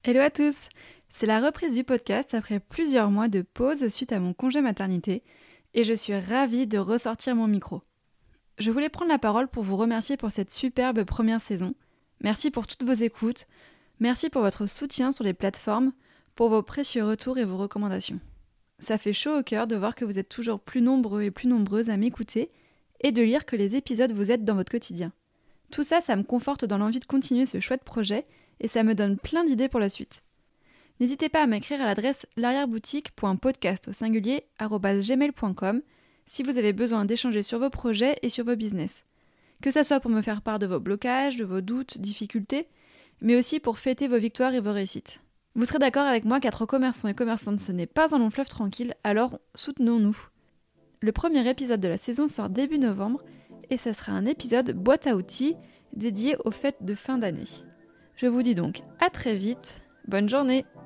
Hello à tous! C'est la reprise du podcast après plusieurs mois de pause suite à mon congé maternité et je suis ravie de ressortir mon micro. Je voulais prendre la parole pour vous remercier pour cette superbe première saison. Merci pour toutes vos écoutes, merci pour votre soutien sur les plateformes, pour vos précieux retours et vos recommandations. Ça fait chaud au cœur de voir que vous êtes toujours plus nombreux et plus nombreuses à m'écouter et de lire que les épisodes vous aident dans votre quotidien. Tout ça, ça me conforte dans l'envie de continuer ce chouette projet et ça me donne plein d'idées pour la suite. N'hésitez pas à m'écrire à l'adresse l'arrièreboutique.podcast@gmail.com si vous avez besoin d'échanger sur vos projets et sur vos business. Que ça soit pour me faire part de vos blocages, de vos doutes, difficultés, mais aussi pour fêter vos victoires et vos réussites. Vous serez d'accord avec moi qu'être commerçant et commerçante ce n'est pas un long fleuve tranquille, alors soutenons-nous. Le premier épisode de la saison sort début novembre et ça sera un épisode boîte à outils dédié aux fêtes de fin d'année. Je vous dis donc à très vite, bonne journée!